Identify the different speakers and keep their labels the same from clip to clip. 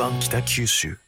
Speaker 1: ファン北九州。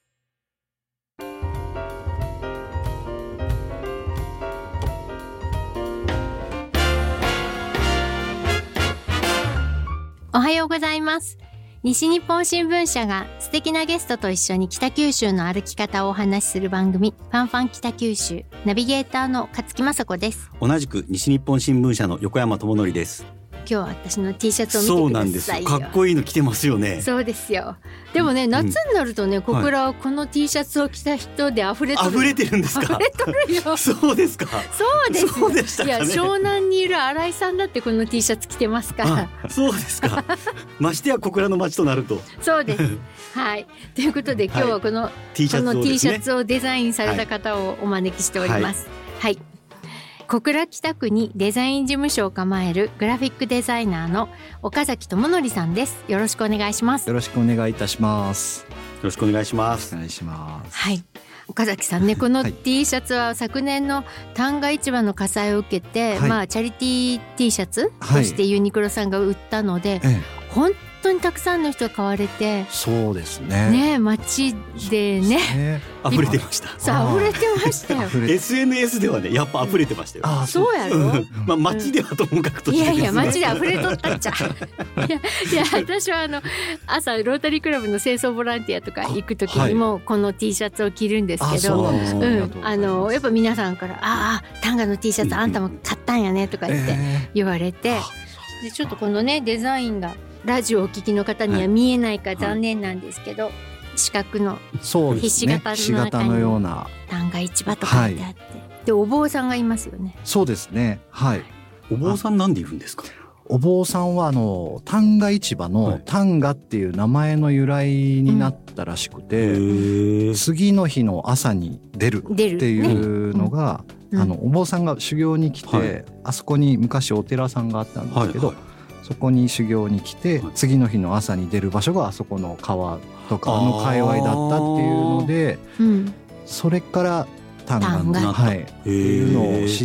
Speaker 2: おはようございます。西日本新聞社が素敵なゲストと一緒に北九州の歩き方をお話しする番組、ファンファン北九州。ナビゲーターの勝木雅子です。
Speaker 3: 同じく西日本新聞社の横山智則です。
Speaker 2: 今日は私の T シャツを見てくださいよ。
Speaker 3: そうなんですよ。かっこいいの着てますよね。
Speaker 2: そうですよ。でもね、夏になるとね、小倉はこの T シャツを着た人で溢れてる。
Speaker 3: 溢れてるんですか。
Speaker 2: 溢れてるよ。
Speaker 3: そうですか。
Speaker 2: そうです。
Speaker 3: そうでしたかね。
Speaker 2: いや、湘南にいる新井さんだってこの T シャツ着てますから。
Speaker 3: そうですか。ましてや小倉の町となると。
Speaker 2: そうです。はい。ということで今日はこの T シャツをデザインされた方をお招きしております。はい。小倉北区にデザイン事務所を構えるグラフィックデザイナーの岡崎智則さんです。よろしくお願いします。
Speaker 4: よろしくお願いいたします。
Speaker 3: よろしくお願いします。
Speaker 4: お願いします。
Speaker 2: はい。岡崎さんね、この T シャツは昨年の旦過市場の火災を受けて、チャリティー T シャツとしてユニクロさんが売ったので、本当にたくさんの人が買われて、
Speaker 4: そうですね。
Speaker 2: ね、街でね、
Speaker 3: 溢れてました。
Speaker 2: そう、溢れてましたよ。
Speaker 3: SNS ではね、やっぱ溢れてましたよ。
Speaker 2: そうやろ。
Speaker 3: まあ街ではともかくとしてですね。
Speaker 2: いやいや、街で溢れとったっちゃ。いや私は朝ロータリークラブの清掃ボランティアとか行く時にもこの T シャツを着るんですけど、やっぱ皆さんから旦過の T シャツあんたも買ったんやねとか言われて、でちょっとこのねデザインがラジオをお聞きの方には見えないか残念なんですけど、四角のひし形のような旦過市場と書いてあって、でお坊さんがいますよね。
Speaker 4: そうですね。はい。
Speaker 3: お坊さんなんでいるんですか。
Speaker 4: お坊さんは旦過市場の旦過っていう名前の由来になったらしくて、次の日の朝に出るっていうのが、お坊さんが修行に来て、あそこに昔お寺さんがあったんですけど、そこに修行に来て、次の日の朝に出る場所があそこの川とか界隈だったっていうので、それから旦過のっていうのを知って、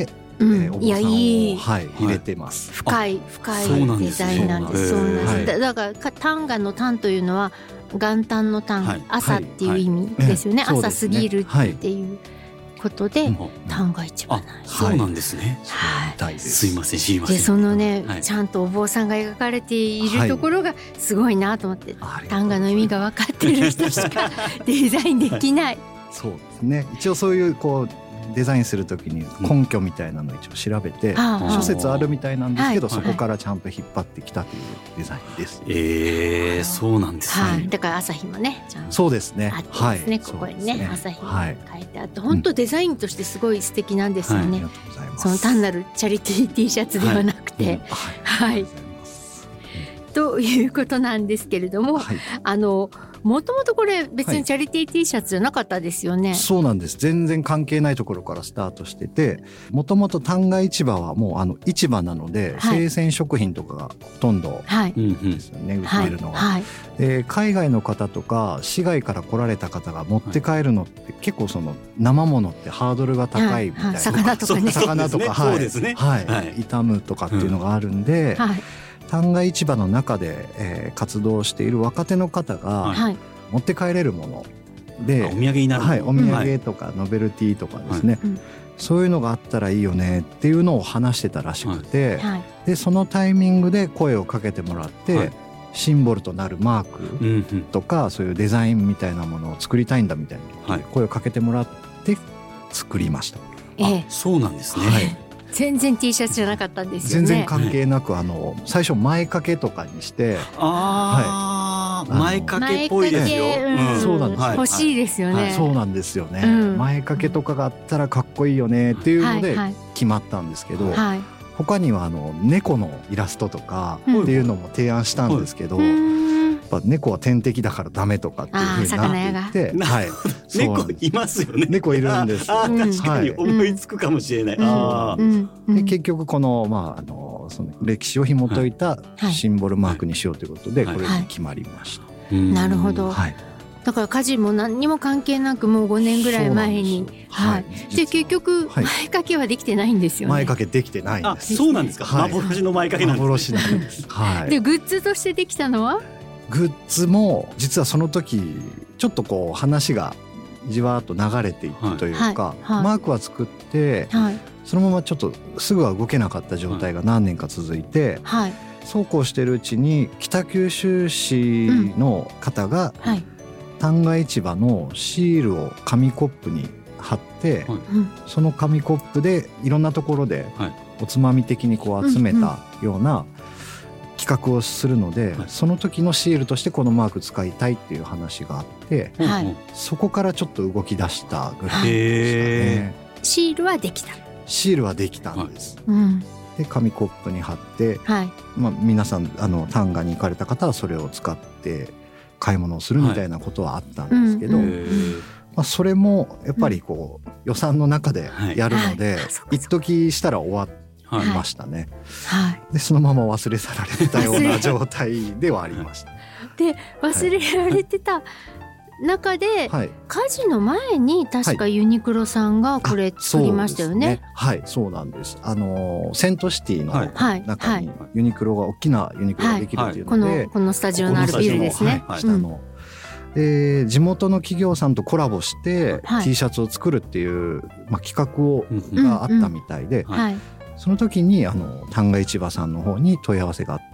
Speaker 4: お坊さんを入れてます。
Speaker 2: 深いデザインなんです。そうなんです。だから旦過の旦というのは元旦の旦、朝っていう意味ですよね。朝過ぎるっていうことで旦過市場なんです。
Speaker 3: そうなんですね。すいません、知りません。
Speaker 2: でそのね、ちゃんとお坊さんが描かれているところがすごいなと思って、旦過の意味が分かっている人しかデザインできない。
Speaker 4: そうですね。一応そういうデザインするときに根拠みたいなのを一応調べて、諸説あるみたいなんですけど、そこからちゃんと引っ張ってきたというデザインです。
Speaker 2: そう
Speaker 3: なんですね。
Speaker 2: だから朝日もね、ちゃんと
Speaker 4: そうですね。
Speaker 2: あってですね、ここにね朝日が書いてあって、本当デザインとしてすごい素敵なんですよね。その単なるチャリティー T シャツではなくて、ということなんですけれども、もともとこれ別にチャリティー T シャツじゃなかったですよね。
Speaker 4: そうなんです。全然関係ないところからスタートしてて、もともと旦過市場はもう市場なので、生鮮食品とかがほとんどですよね、売ってるのは。で海外の方とか市外から来られた方が持って帰るのって結構生ものってハードルが高いみたいな、
Speaker 2: 魚とかね、
Speaker 4: 魚とか傷むとかっていうのがあるんで、旦過市場の中で、活動している若手の方が持って帰れるもので、
Speaker 3: お土産になる、
Speaker 4: お土産とかノベルティとかですね、そういうのがあったらいいよねっていうのを話してたらしくて、でそのタイミングで声をかけてもらって、シンボルとなるマークとか、そういうデザインみたいなものを作りたいんだみたいな声をかけてもらって作りました。
Speaker 3: そうなんですね。
Speaker 2: 全然 T シャツじゃなかったんですよね。
Speaker 4: 全然関係なく、最初前掛けとかにして、
Speaker 3: 前掛けっぽいですよ。
Speaker 4: そうなんです。
Speaker 2: 欲しいですよね。
Speaker 4: そうなんですよね。前掛けとかがあったらかっこいいよねっていうので決まったんですけど、他には猫のイラストとかっていうのも提案したんですけど、やっぱ猫は天敵だからダメとかっていうふうになっていて、
Speaker 3: 猫いますよね。
Speaker 4: 猫いるんです。
Speaker 3: 確かに思いつくかもしれない。
Speaker 4: で結局このその歴史を紐解いたシンボルマークにしようということでこれに決まりました。
Speaker 2: なるほど。だから家事も何にも関係なくもう5年ぐらい前に、で結局前掛けはできてないんですよね。
Speaker 4: 前掛けできてないんです。
Speaker 3: そうなんですか。幻の前掛けなんです。
Speaker 4: 幻なんです。
Speaker 2: でグッズとしてできたのは
Speaker 4: グッズも実はその時ちょっとこう話がじわーっと流れていくというか、マークは作って、そのままちょっとすぐは動けなかった状態が何年か続いて、そうこうしてるうちに北九州市の方が旦過市場のシールを紙コップに貼って、その紙コップでいろんなところでおつまみ的にこう集めたような企画をするので、その時のシールとしてこのマーク使いたいっていう話があって、そこからちょっと動き出したぐらいでしたね。
Speaker 2: シールはできた。
Speaker 4: シールはできたんです。で紙コップに貼って、皆さん旦過に行かれた方はそれを使って買い物をするみたいなことはあったんですけど、それもやっぱりこう予算の中でやるので、一時したら終わりましたね。でそのまま忘れ去られたような状態ではありました。
Speaker 2: で忘れられてた中で、火事の前に確かユニクロさんがこれ作りましたよね。
Speaker 4: はい、そうなんです。セントシティの中にユニクロが大きなユニクロができるっていうので、
Speaker 2: このスタジオのあるビルですね。
Speaker 4: 下の地元の企業さんとコラボして T シャツを作るっていう企画があったみたいで、その時に旦過市場さんの方に問い合わせがあって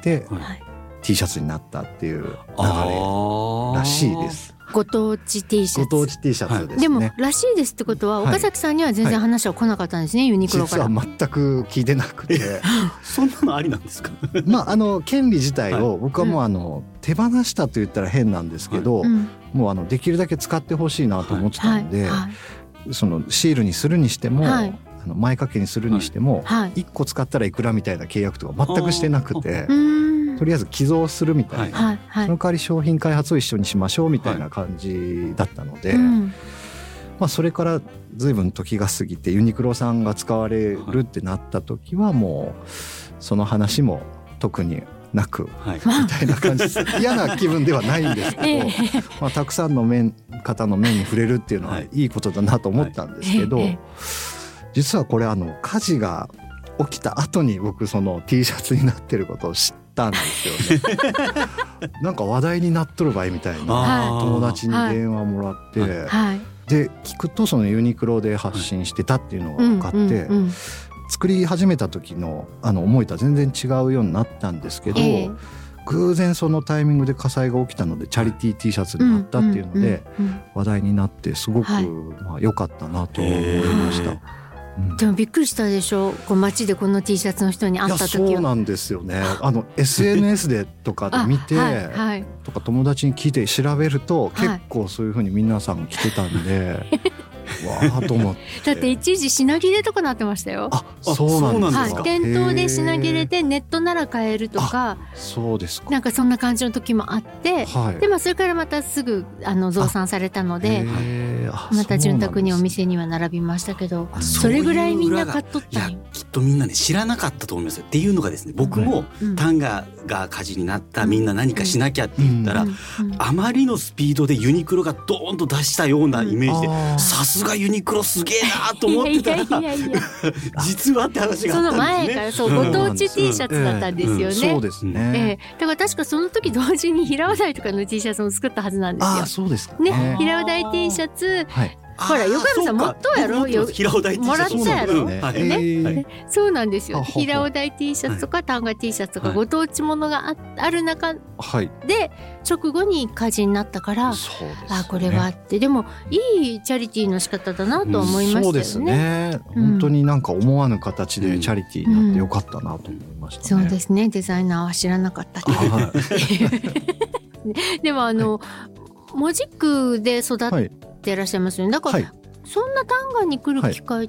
Speaker 4: 、T シャツになったっていう流れらしいです。
Speaker 2: ご当地 T シャツ。
Speaker 4: ご当地 T シャツですね。
Speaker 2: でもらしいですってことは岡崎さんには全然話は来なかったんですね、ユニクロから。
Speaker 4: 実は全く聞いてなくて
Speaker 3: そんなのありなんですか？
Speaker 4: 権利自体を僕はもう手放したと言ったら変なんですけど、もうできるだけ使ってほしいなと思ってたので、そのシールにするにしても、前掛けにするにしても、1個使ったらいくらみたいな契約とか全くしてなくて、とりあえず寄贈するみたいな、その代わり商品開発を一緒にしましょうみたいな感じだったので、それから随分時が過ぎてユニクロさんが使われるってなった時はもうその話も特になく、みたいな感じです。嫌な気分ではないんですけど、たくさんの方の目に触れるっていうのはいいことだなと思ったんですけど、実はこれ火事が起きた後に僕その T シャツになってることを知ったんですよね。なんか話題になっとる場合みたいな友達に電話もらって、で聞くとそのユニクロで発信してたっていうのが分かって、作り始めた時の思いとは全然違うようになったんですけど、偶然そのタイミングで火災が起きたのでチャリティー T シャツになったっていうので話題になってすごく良かったなと思いました。
Speaker 2: でもびっくりしたでしょ、街でこの T シャツの人に会った時は。
Speaker 4: そうなんですよね。SNS でとかで見てとか友達に聞いて調べると結構そういう風に皆さん来てたんでわーと思って。
Speaker 2: だって一時品切れとかなってましたよ。
Speaker 4: そうなんですか。
Speaker 2: 店頭で品切れでネットなら買えるとか、
Speaker 4: そうですか。
Speaker 2: なんかそんな感じの時もあって、でそれからまたすぐ増産されたのでまた潤沢にお店には並びましたけど、それぐらいみんな買っとったんよ。
Speaker 3: いやきっとみんなね知らなかったと思いますよ。っていうのがですね、僕も旦過が火事になった、みんな何かしなきゃって言ったら、あまりのスピードでユニクロがドーンと出したようなイメージで、さすがユニクロすげえなと思ってたら実はって話があったんですね。その
Speaker 2: 前からご当地 T シャツだったんですよね。
Speaker 4: そうですね。
Speaker 2: だから確かその時同時に平尾台とかの T シャツも作ったはずなんですよ。
Speaker 4: そうですかね。
Speaker 2: 平尾台 T シャツ、ほら横山さんもっとやろう、
Speaker 3: 平尾台 T シャツ
Speaker 2: もらったやろ、そうなんですよ。平尾台 T シャツとか旦過 T シャツとかご当地ものがある中で直後に火事になったから、これはあって、でもいいチャリティーの仕方だなと思いましたよね。そうですね。
Speaker 4: 本当になんか思わぬ形でチャリティーになってよかったなと思いましたね。
Speaker 2: そうですね。デザイナーは知らなかったけどでも門司区で育ってらっしゃいますよね。だから、そんな旦過に来る機会って、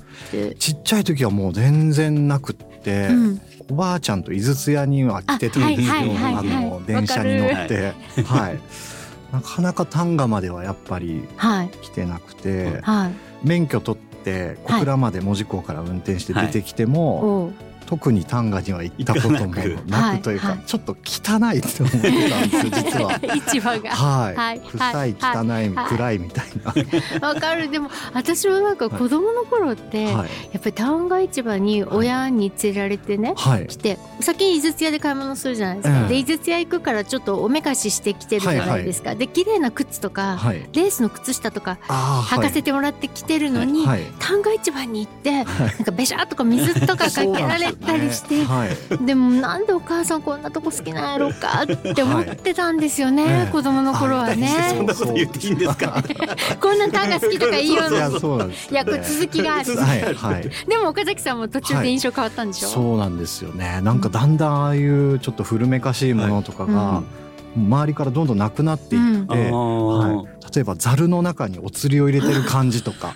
Speaker 4: ちっちゃい時はもう全然なくって、おばあちゃんと井筒屋には来てたんですよ。電車に乗って、なかなか旦過まではやっぱり来てなくて、免許取って小倉まで門司港から運転して出てきても、 特に丹賀には行ったこともなくというか、ちょっと汚いって思ってたんですよ実は。
Speaker 2: 市場が、
Speaker 4: はい、臭い汚い暗いみたいな。
Speaker 2: わかる。でも私もなんか子供の頃って、やっぱり旦過市場に親に連れられてね、来て先に井筒屋で買い物するじゃないですか。で井筒屋行くからちょっとおめかししてきてるじゃないですか。で綺麗な靴とか、レースの靴下とか履かせてもらってきてるのに、旦過市場に行って、なんかベシャーとか水とかかけられたりして、でもなんでお母さんこんなとこ好きなんやろうかって思ってたんですよね、子供の頃はね。
Speaker 3: そんなこと言っていいんですか。
Speaker 2: こんな旦過好きとか言いようの。
Speaker 4: い
Speaker 2: やこれ続きがある。でも岡崎さんも途中で印象変わったんでしょ。
Speaker 4: そうなんですよね。なんかだんだんああいうちょっと古めかしいものとかが周りからどんどんなくなっていって、例えばザルの中にお釣りを入れてる感じとか、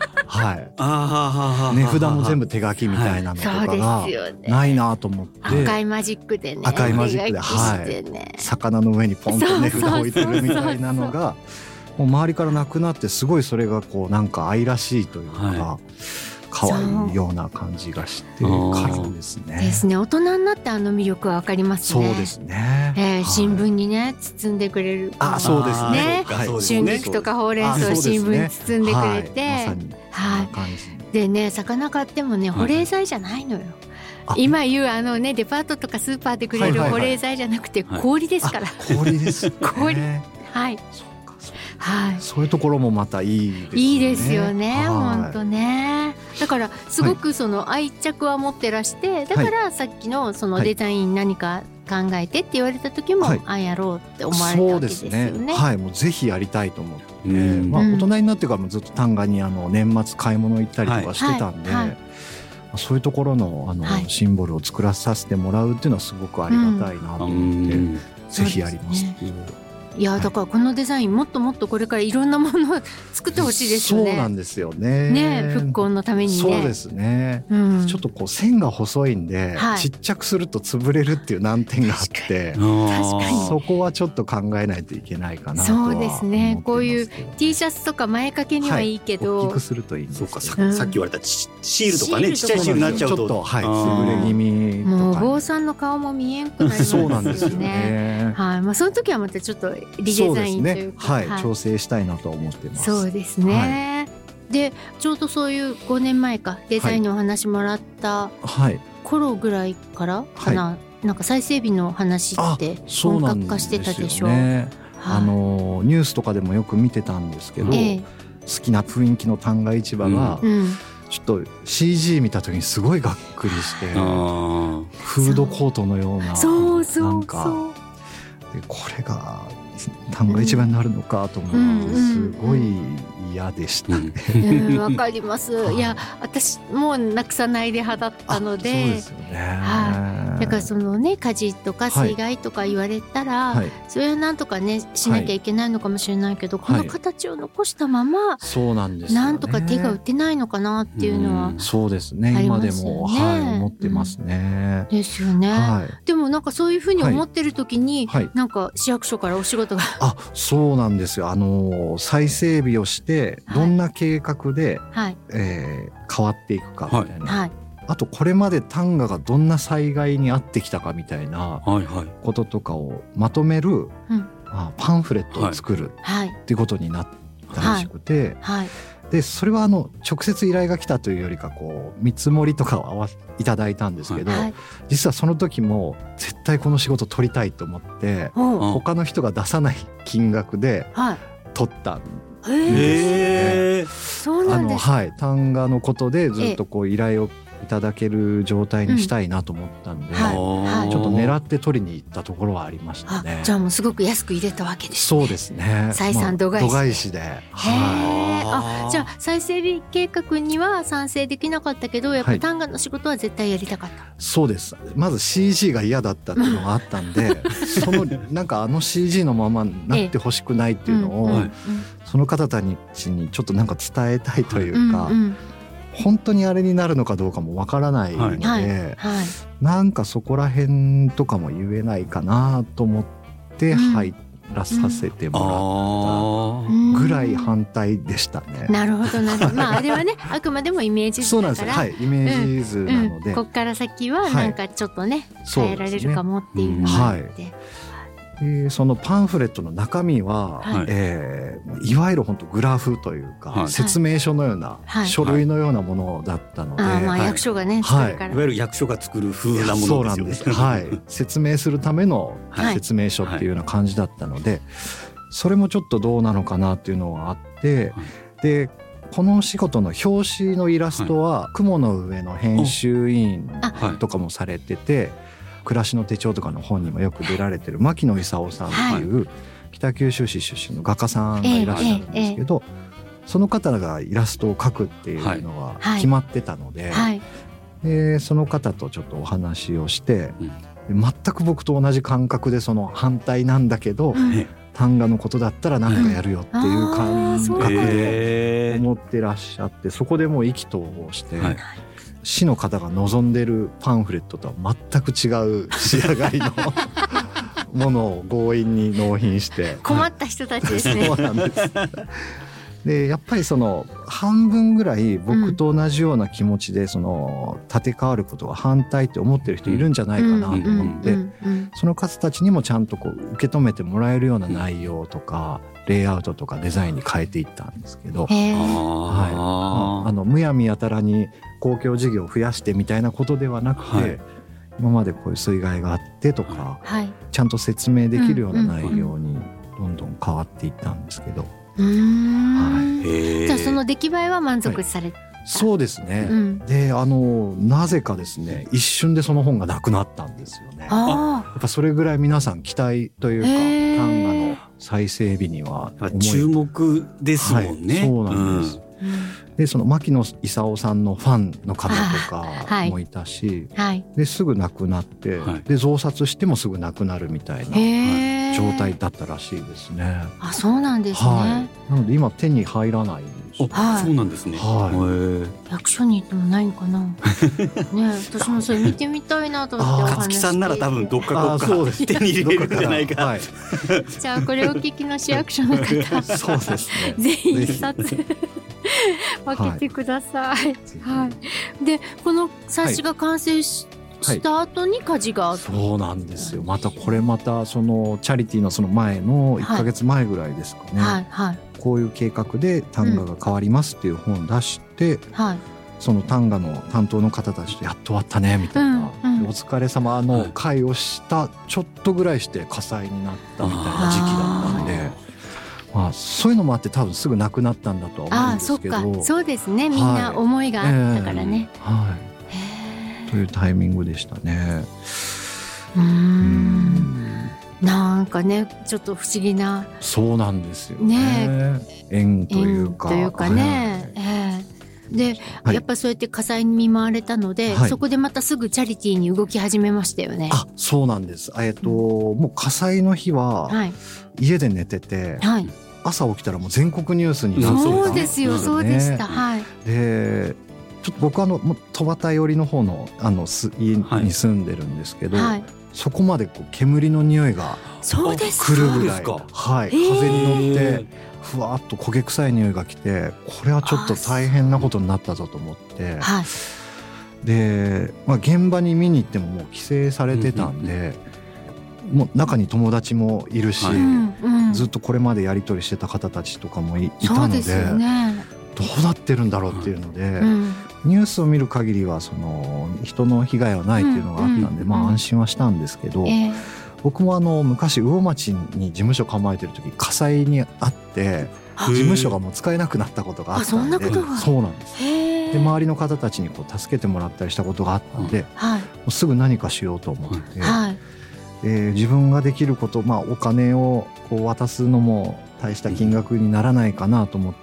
Speaker 4: 値札も全部手書きみたいなのとかがないなと思って、
Speaker 2: 赤いマジックでね、
Speaker 4: 赤いマジックで、魚の上にポンと値札を置いてるみたいなのがもう周りからなくなって、すごいそれがこうなんか愛らしいというか、可愛いような感じがしてからですね。
Speaker 2: ですね。大人になってあの魅力はわかりますね。
Speaker 4: そうですね。
Speaker 2: 新聞にね包んでくれる。
Speaker 4: そうですね。
Speaker 2: 春菊とかほうれん草を新聞に包んでくれて、でね、魚買ってもね保冷剤じゃないのよ。今言うねデパートとかスーパーでくれる保冷剤じゃなくて氷ですから。
Speaker 4: 氷です。
Speaker 2: 氷。はい。
Speaker 4: そういうところもまたいいですね。
Speaker 2: いいですよね、本当ね。だからすごくその愛着は持ってらして、だからさっきのそのデザイン何か考えてって言われた時も、やろうって思われたわけですよね。
Speaker 4: そうですね。もうぜひやりたいと思って、大人になってからもずっと旦過に年末買い物行ったりとかしてたんで、そういうところのシンボルを作らさせてもらうっていうのはすごくありがたいなと思って、ぜひやりますっていう。
Speaker 2: いやだからこのデザインもっともっとこれからいろんなものを作ってほしいですよね。
Speaker 4: そうなんですよね。
Speaker 2: 復興のためにね。
Speaker 4: そうですね。ちょっとこう線が細いんで、ちっちゃくすると潰れるっていう難点があって、そこはちょっと考えないといけないかなとは思ってます。
Speaker 2: そうですね。こういう T シャツとか前掛けにはいいけど、
Speaker 4: 大きくするといいんですよ。
Speaker 3: さっき言われたシールとかね、ちっちゃいシールになっちゃうと
Speaker 4: ちょっと潰れ気味とか。
Speaker 2: もうお坊さんの顔も見えんくなりますよね。
Speaker 4: そうなんですよね。
Speaker 2: その時はまたちょっとリデザインというか、
Speaker 4: 調整したいなと思ってます。
Speaker 2: そうですね。でちょうどそういう5年前かデザインのお話もらった頃ぐらいからかな、なんか再整備の話って本格化してたでしょ。
Speaker 4: ニュースとかでもよく見てたんですけど、好きな雰囲気の旦過市場が、ちょっと CG 見た時にすごいがっくりして、フードコートのようななんかこれが旦過市場になるのかと思って、すごい嫌でしたね。
Speaker 2: わかります。いや私もうなくさないで派だったので、
Speaker 4: そうですよね。
Speaker 2: だからそのね火事とか水害とか言われたら、それはなんとかねしなきゃいけないのかもしれないけど、この形を残したまま、なんとか手が打てないのかなっていうのは、
Speaker 4: そうですね。今でも思ってますね。
Speaker 2: ですよね。でもなんかそういうふうに思ってる時に、なんか市役所からお仕事が
Speaker 4: そうなんですよ。再整備をしてどんな計画で変わっていくかみたいな。あとこれまで旦過がどんな災害に遭ってきたかみたいなこととかをまとめるパンフレットを作るっていうことになったらしくて、でそれは直接依頼が来たというよりかこう見積もりとかをいただいたんですけど、実はその時も絶対この仕事取りたいと思って他の人が出さない金額で取ったんですね。旦過のことでずっとこう依頼をいただける状態にしたいなと思ったんで、ちょっと狙って取りに行ったところはありましたね。
Speaker 2: じゃあもうすごく安く入れたわけですね。
Speaker 4: そうですね。
Speaker 2: 採算度外視で。 じゃあ再整備計画には賛成できなかったけど、やっぱり旦過の仕事は絶対やりたかった。
Speaker 4: そうです。まず CG が嫌だったっていうのがあったんで、なんかCG のままなってほしくないっていうのをその方たちにちょっとなんか伝えたいというか。本当にあれになるのかどうかもわからないので、なんかそこら辺とかも言えないかなと思って入っらさせてもらったぐらい反対でしたね。
Speaker 2: なるほどなるほど。まああれはねあくまでもイメージ図だから。
Speaker 4: そうなんですよ。はい、イメージ図なので、
Speaker 2: こっから先はなんかちょっとね、変えられるかもっていうのがあって。
Speaker 4: そのパンフレットの中身は、いわゆる本当グラフというか、説明書のような、書類のようなものだったので、
Speaker 2: まあ役所がね、作るから、
Speaker 3: いわゆる役所が作る風なものですよね。
Speaker 4: そうなんです。説明するための説明書っていうような感じだったので、それもちょっとどうなのかなっていうのがあって、でこの仕事の表紙のイラストは雲の上の編集委員とかもされてて、暮らしの手帳とかの本にもよく出られてる牧野勲さんっていう北九州市出身の画家さんがいらっしゃるんですけど、その方がイラストを描くっていうのが決まってたので、でその方とちょっとお話をして、全く僕と同じ感覚でその反対なんだけど、版画のことだったら何かやるよっていう感覚で思ってらっしゃって、そこでもう意気投合して、市の方が望んでるパンフレットとは全く違う仕上がりのものを強引に納品して
Speaker 2: 困った人たちですね。
Speaker 4: そうなんです。でやっぱりその半分ぐらい僕と同じような気持ちでその建て替わることが反対って思ってる人いるんじゃないかなと思って、その方たちにもちゃんとこう受け止めてもらえるような内容とかレイアウトとかデザインに変えていったんですけど、むやみやたらに公共事業を増やしてみたいなことではなくて、今までこういう水害があってとか、ちゃんと説明できるような内容にどんどん変わっていったんですけど、
Speaker 2: じゃあその出来栄えは満足された？
Speaker 4: そうですね、でなぜかですね一瞬でその本がなくなったんですよね。やっぱそれぐらい皆さん期待というか版画の再整備には
Speaker 3: 注目ですもんね。
Speaker 4: そうなんです。でその牧野勲さんのファンの方とかもいたし、ですぐ亡くなって、で増刷してもすぐ亡くなるみたいな状態だったらしいですね。
Speaker 2: あ、そうなんですね。
Speaker 4: なので今手に入らないんです。
Speaker 3: そうなんですね。
Speaker 2: 役所に行ってもないんかな。ね、私もそれ見てみたいなと思ってお話して。
Speaker 3: 勝木さんなら多分どっか手に入れるんじゃないか。
Speaker 2: じゃあこれをお聞きの市役所の方、
Speaker 4: そうですね。
Speaker 2: ぜひ一冊分けてください。でこの冊子が完成した後に火事があった。
Speaker 4: そうなんですよ。またこれまたそのチャリティーのその前の1ヶ月前ぐらいですかね。こういう計画で版画が変わりますっていう本を出して、その版画の担当の方たちとやっと終わったねみたいな、お疲れ様の会をしたちょっとぐらいして火災になったみたいな時期だったんで、まあ、そういうのもあって多分すぐなくなったんだとは思うんですけど。
Speaker 2: そっか、そうですね、みんな思いがあったからね、
Speaker 4: というタイミングでしたね。
Speaker 2: なんかねちょっと不思議な。
Speaker 4: そうなんですよね。縁というか
Speaker 2: ね。で、やっぱそうやって火災に見舞われたので、そこでまたすぐチャリティーに動き始めましたよね。
Speaker 4: あ、そうなんです。もう火災の日は家で寝てて、朝起きたらもう全国ニュースになってたんですよね。
Speaker 2: そうですよ、そうでした。
Speaker 4: でちょっと僕もう戸端寄りの方の家に住んでるんですけど、そこまでこう煙の匂いが来るぐらい、風に乗ってふわっと焦げ臭い匂いが来て、これはちょっと大変なことになったぞと思って、で、現場に見に行ってももう規制されてたんで、もう中に友達もいるし、ずっとこれまでやり取りしてた方たちとかもいたので、どうなってるんだろうっていうので、ニュースを見る限りはその人の被害はないっていうのがあったんで、安心はしたんですけど、僕も昔魚町に事務所構えてる時火災にあって事務所がもう使えなくなったことがあったんで。そうなんです。で周りの方たちにこう助けてもらったりしたことがあったんで、もうすぐ何かしようと思って、自分ができること、お金をこう渡すのも大した金額にならないかなと思って、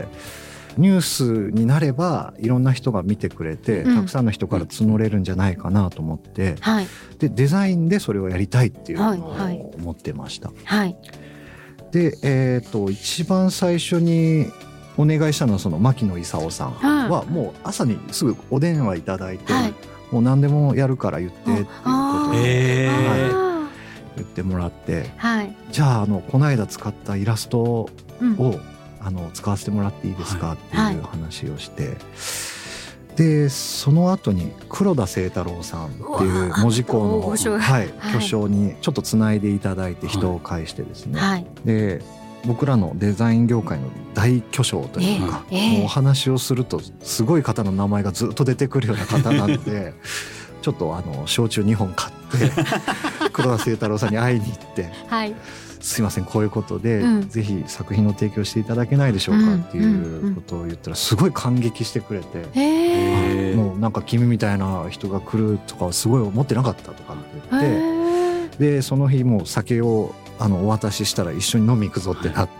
Speaker 4: ニュースになればいろんな人が見てくれて、たくさんの人から募れるんじゃないかなと思って、でデザインでそれをやりたいっていうのを思ってました。で、一番最初にお願いしたのはその牧野勲さんはもう朝にすぐお電話いただいて、もう何でもやるから言ってっていうことで、 言ってもらって、
Speaker 2: はい、
Speaker 4: じゃあこの間使ったイラストを、使わせてもらっていいですかっていう話をして、でその後に黒田清太郎さんっていう門司港の、巨匠にちょっとつないでいただいて人を介してですね、で僕らのデザイン業界の大巨匠というか、もうお話をするとすごい方の名前がずっと出てくるような方なのでちょっと焼酎2本買って黒田清太郎さんに会いに行って、すいませんこういうことで、ぜひ作品の提供していただけないでしょうかっていうことを言ったらすごい感激してくれて、もうなんか君みたいな人が来るとかはすごい思ってなかったとかって言って、でその日もう酒をお渡ししたら一緒に飲み行くぞってなって、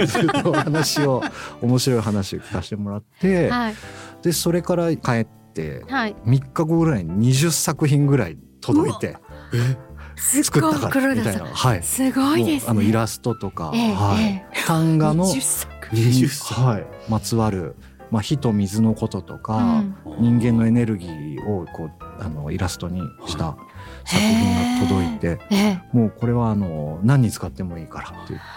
Speaker 4: ずっと面白い話を聞かせてもらって、でそれから帰って3日後ぐらいに20作品ぐらい届いて、作ったからみたいな、すごいですね。イラストとか、版画のまつわる、火と水のこととか、人間のエネルギーをこうイラストにした作品が届いて、もうこれは何に使ってもいいからって言って、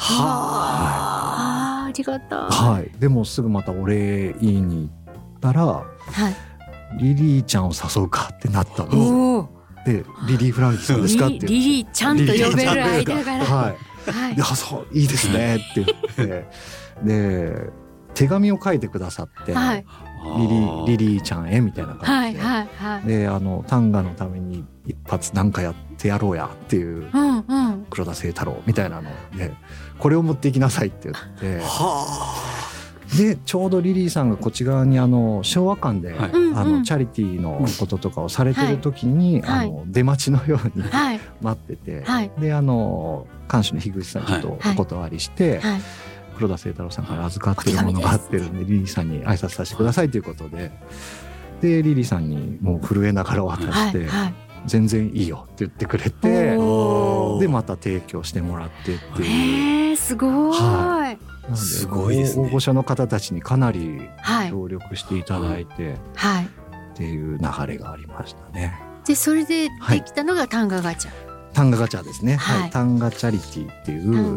Speaker 2: ありがたい。
Speaker 4: でもすぐまたお礼言いに行ったら、リリーちゃんを誘うかってなったんですよ。でリリー・フランキーさんですかって
Speaker 2: リリーちゃんと呼べる間柄、
Speaker 4: そういいですねって言ってで手紙を書いてくださって、リリーちゃんへみたいな感じで、で短歌のために一発なんかやってやろうやっていう、黒田清太郎みたいなのでこれを持っていきなさいって言って、でちょうどリリーさんがこっち側に昭和館で、チャリティーのこととかをされてる時に、出待ちのように待ってて、で館主の樋口さんにちょっとお断りして、黒田清太郎さんから預かってるものがあってるんでリリーさんに挨拶させてくださいということで、でリリーさんにもう震えながら渡して、全然いいよって言ってくれて、でまた提供してもらってっていう。
Speaker 2: すごい。
Speaker 3: すごいですね。
Speaker 4: 応募者の方たちにかなり協力していただいて、っていう流れがありましたね。
Speaker 2: でそれでできたのが短歌ガチャ。
Speaker 4: 短歌ガチャですね。短歌チャリティーっていう。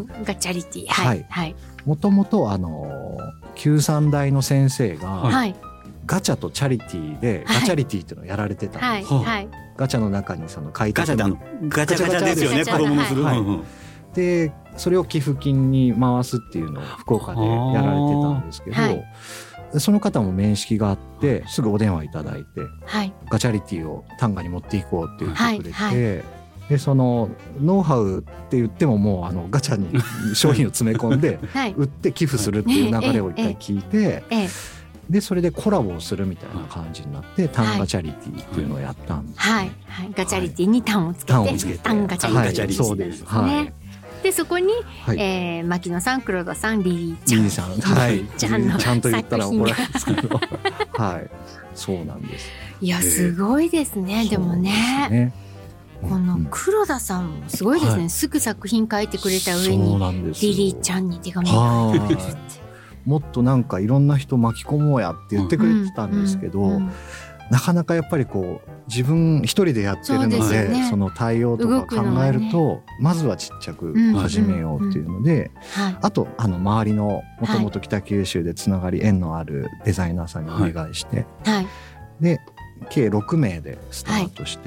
Speaker 2: がチャリティー。
Speaker 4: もともと旧三大の先生が、ガチャとチャリティーでガチャリティーっていうのをやられてたんです。ガチャの中にその書いてある
Speaker 3: ガチャガチャですよね、子供のする。
Speaker 4: でそれを寄付金に回すっていうのを福岡でやられてたんですけど、その方も面識があってすぐお電話いただいて、ガチャリティを短歌に持っていこうって言ってくれて、でそのノウハウって言ってももうガチャに商品を詰め込んで売って寄付するっていう流れを一回聞いて、でそれでコラボをするみたいな感じになって短歌チャリティーっていうのをやったんです。
Speaker 2: ガチャリティに短をつけて短歌チャリティー。
Speaker 4: そうです。
Speaker 2: でそこに、牧野さん、黒田さん、リリーちゃん、
Speaker 4: ちゃんと言ったら怒られるんですけど、そうなんです。
Speaker 2: いやすごいですね。でもね、この黒田さんもすごいですね。すぐ作品書いてくれた上にリリーちゃんに手紙を書いてくれるって。
Speaker 4: もっとなんかいろんな人巻き込もうやって言ってくれてたんですけど、なかなかやっぱりこう自分一人でやってるので、その対応とか考えると、まずはちっちゃく始めようっていうので、あと周りのもともと北九州でつながり縁のあるデザイナーさんにお願いして、で計6名でスタートして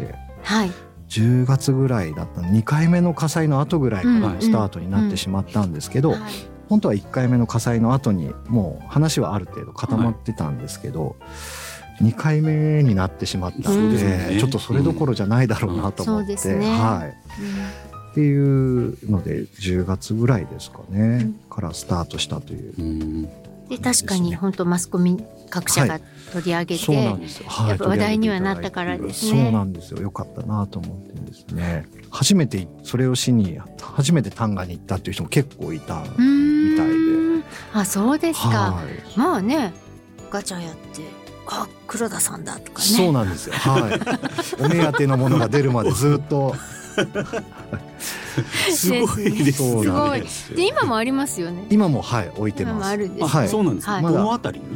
Speaker 4: 、10月ぐらいだった2回目の火災の後ぐらいからスタートになってしまったんですけど、本当は1回目の火災の後にもう話はある程度固まってたんですけど、2回目になってしまったので、ちょっとそれどころじゃないだろうなと思って、っていうので10月ぐらいですかね、からスタートしたという。
Speaker 2: で確かに本当マスコミ各社が取り上げて、やっぱ話題にはなったからですね。
Speaker 4: そうなんですよ。よかったなと思ってですね。初めてそれをしに初めて短歌に行ったっていう人も結構いたみたいで。
Speaker 2: あ、そうですか。まあね、ガチャやって黒田さんだとかね。
Speaker 4: そうなんですよ。お目当てのものが出るまでずっと
Speaker 3: すごいですね。
Speaker 2: で今もありますよね。
Speaker 4: 今も置いてます。
Speaker 2: 今もあるんです。
Speaker 3: そうなんです。どのあたりに？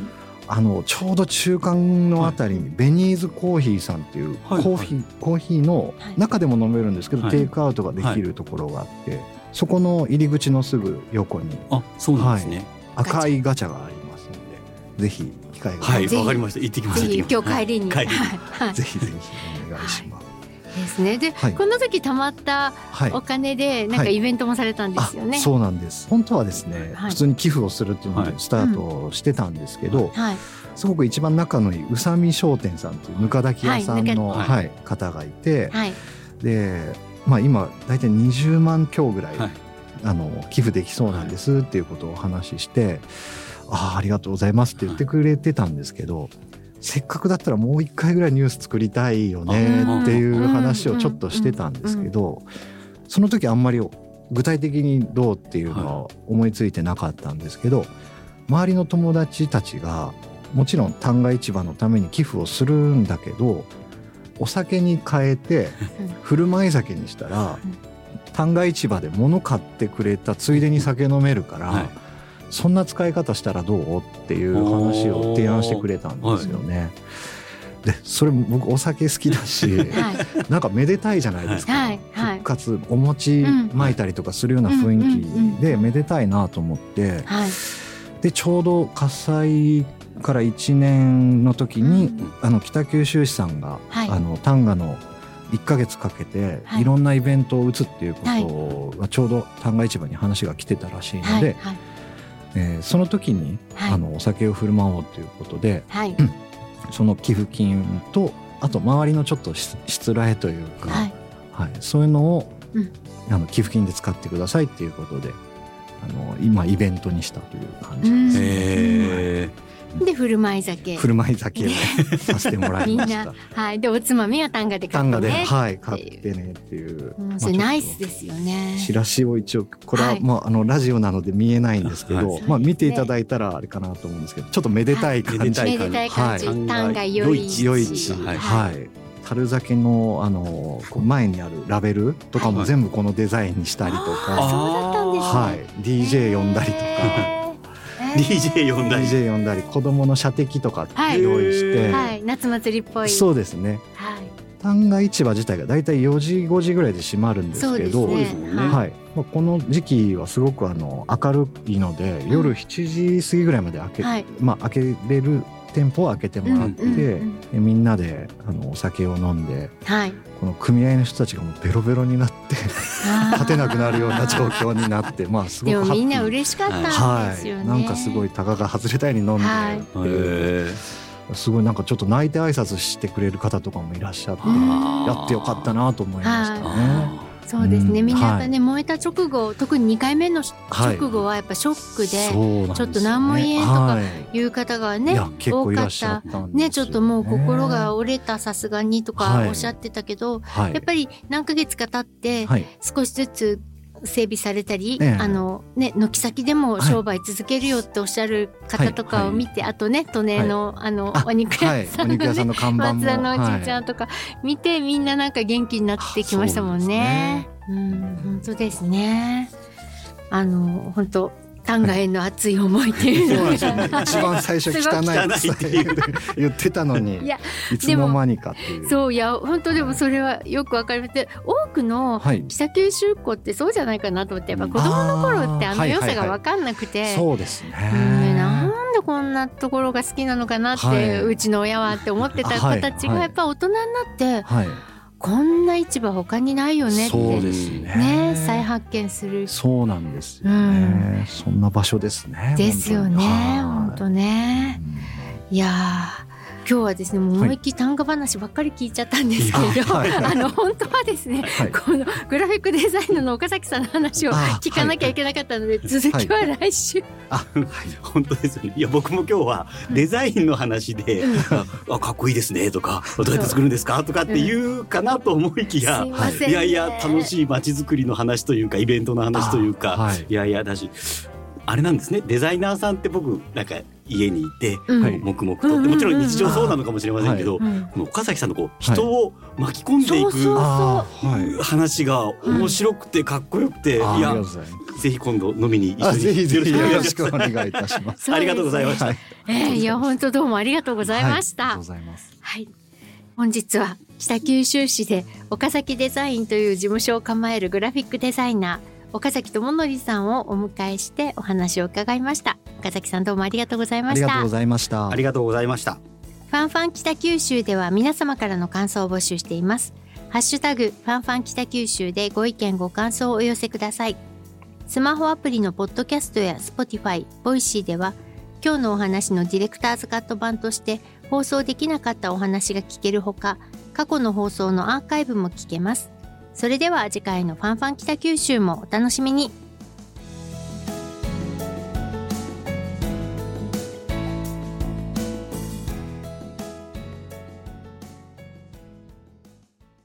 Speaker 4: ちょうど中間のあたりにベニーズコーヒーさんっていうコーヒーの中でも飲めるんですけど、テイクアウトができるところがあって、そこの入り口のすぐ横に
Speaker 3: そうなんですね、
Speaker 4: 赤いガチャがありますので、ぜひ機会があれば、
Speaker 3: わかりました、行ってきます。
Speaker 2: ぜひ今日帰りに、
Speaker 4: ぜひぜひお願いします。
Speaker 2: ですね。で、この時貯まったお金でなんかイベントもされたんですよね。
Speaker 4: そうなんです。本当はですね、普通に寄付をするっていうのでスタートしてたんですけど、すごく一番仲のいい宇佐美商店さんっていうぬか炊き屋さんの方がいて、で、今大体20万強ぐらい寄付できそうなんですっていうことをお話しして、ありがとうございますって言ってくれてたんですけど、せっかくだったらもう一回ぐらいニュース作りたいよねっていう話をちょっとしてたんですけど、その時あんまり具体的にどうっていうのは思いついてなかったんですけど、周りの友達たちがもちろん旦過市場のために寄付をするんだけど、お酒に変えて振る舞い酒にしたら旦過市場で物買ってくれたついでに酒飲めるから、そんな使い方したらどうっていう話を提案してくれたんですよね。でそれ僕お酒好きだし、なんかめでたいじゃないですか、復活お餅巻いたりとかするような雰囲気でめでたいなと思って、でちょうど喝采から1年の時に北九州市さんが旦過の1ヶ月かけていろんなイベントを打つっていうことがちょうど旦過市場に話が来てたらしいので、その時にお酒を振る舞おうということで、その寄付金とあと周りのちょっとしつらえというか、そういうのを寄付金で使ってくださいっていうことで今イベントにしたという感じです。
Speaker 2: で振る舞い酒を
Speaker 4: させてもらいました。
Speaker 2: みんな、でおつまみは旦過で買ってね、
Speaker 4: 買ってねっていう、
Speaker 2: それナイスですよね。
Speaker 4: チラシを一応これはラジオなので見えないんですけど、見ていただいたらあれかなと思うんですけど、ちょっとめでたい感じ、
Speaker 2: 旦過夜市、
Speaker 4: 樽酒の前にあるラベルとかも全部このデザインにしたりとか、
Speaker 2: そうだったんですね。
Speaker 4: DJ 呼んだりとか。DJ 呼んだり子供の射的とか用意して、
Speaker 2: 夏祭りっぽい。
Speaker 4: そうですね。旦過市場自体がだいたい4時5時ぐらいで閉まるんですけど、この時期はすごく明るいので、夜7時過ぎぐらいまで開けれる店舗を開けてもらって、みんなでお酒を飲んで、この組合の人たちがもうベロベロになって立てなくなるような状況になって、すごく
Speaker 2: でもみんな嬉しかったんですよね。
Speaker 4: なんかすごいタガが外れたように飲んで、すごいなんかちょっと泣いて挨拶してくれる方とかもいらっしゃって、やってよかったなと思いましたね。
Speaker 2: そうですね、みんなやっぱね、燃えた直後、特に2回目の直後はやっぱショックで、ちょっと何も言えんとかいう方がね、多かったね。ちょっともう心が折れた、さすがにとかおっしゃってたけど、やっぱり何ヶ月か経って少しずつ整備されたり、軒先でも商売続けるよっておっしゃる方とかを見て、あとね、利根のお肉屋さんのね、松田のおじいちゃんとか見て、みんななんか元気になってきましたもんね。本当ですね。本当旦過への熱い思いっていうのが
Speaker 4: 一番最初汚いって言ってたのに、いつの間にかっていう。
Speaker 2: そう、いや本当でもそれはよくわかります。多くの北九州っ子ってそうじゃないかなと思って、やっぱ子供の頃って良さがわかんなくて、
Speaker 4: そうですね。
Speaker 2: なんでこんなところが好きなのかなって、うちの親はって思ってた子たちがやっぱ大人になって、こんな市場他にないよねってね、再発見する。
Speaker 4: そうなんですよね。そんな場所ですね。
Speaker 2: ですよね。本当ね。いや今日はですね、もう思いっきり旦過話ばっかり聞いちゃったんですけど、本当はですね、このグラフィックデザイナーの岡崎さんの話を聞かなきゃいけなかったので、続きは来週。
Speaker 3: 本当ですよね。いや僕も今日はデザインの話で、かっこいいですねとか、どうやって作るんですかとかって言うかなと思いきや、いやいや楽しい街づくりの話というか、イベントの話というか、いやいやだし、 あれなんですね、デザイナーさんって僕なんか家にいて、黙々と、もちろん日常そうなのかもしれませんけど、この岡崎さんのこう人を巻き込んでいく話が面白くてかっこよくて、いやぜひ今度飲みに一緒に
Speaker 4: ぜひよろしくお願いいたします。
Speaker 3: ありがとうございました。
Speaker 2: いや本当どうもありがとうございました。
Speaker 4: ありがとうございます。
Speaker 2: はい、本日は北九州市で岡崎デザインという事務所を構えるグラフィックデザイナー岡崎智則さんをお迎えしてお話を伺いました。岡崎さんどうもありがとうございました。
Speaker 4: ありがとうございました。
Speaker 3: ありがとうございました。
Speaker 2: ファンファン北九州では皆様からの感想を募集しています。ハッシュタグファンファン北九州でご意見ご感想をお寄せください。スマホアプリのポッドキャストや Spotify、ボイシーでは今日のお話のディレクターズカット版として放送できなかったお話が聞けるほか、過去の放送のアーカイブも聞けます。それでは次回のファンファン北九州もお楽しみに。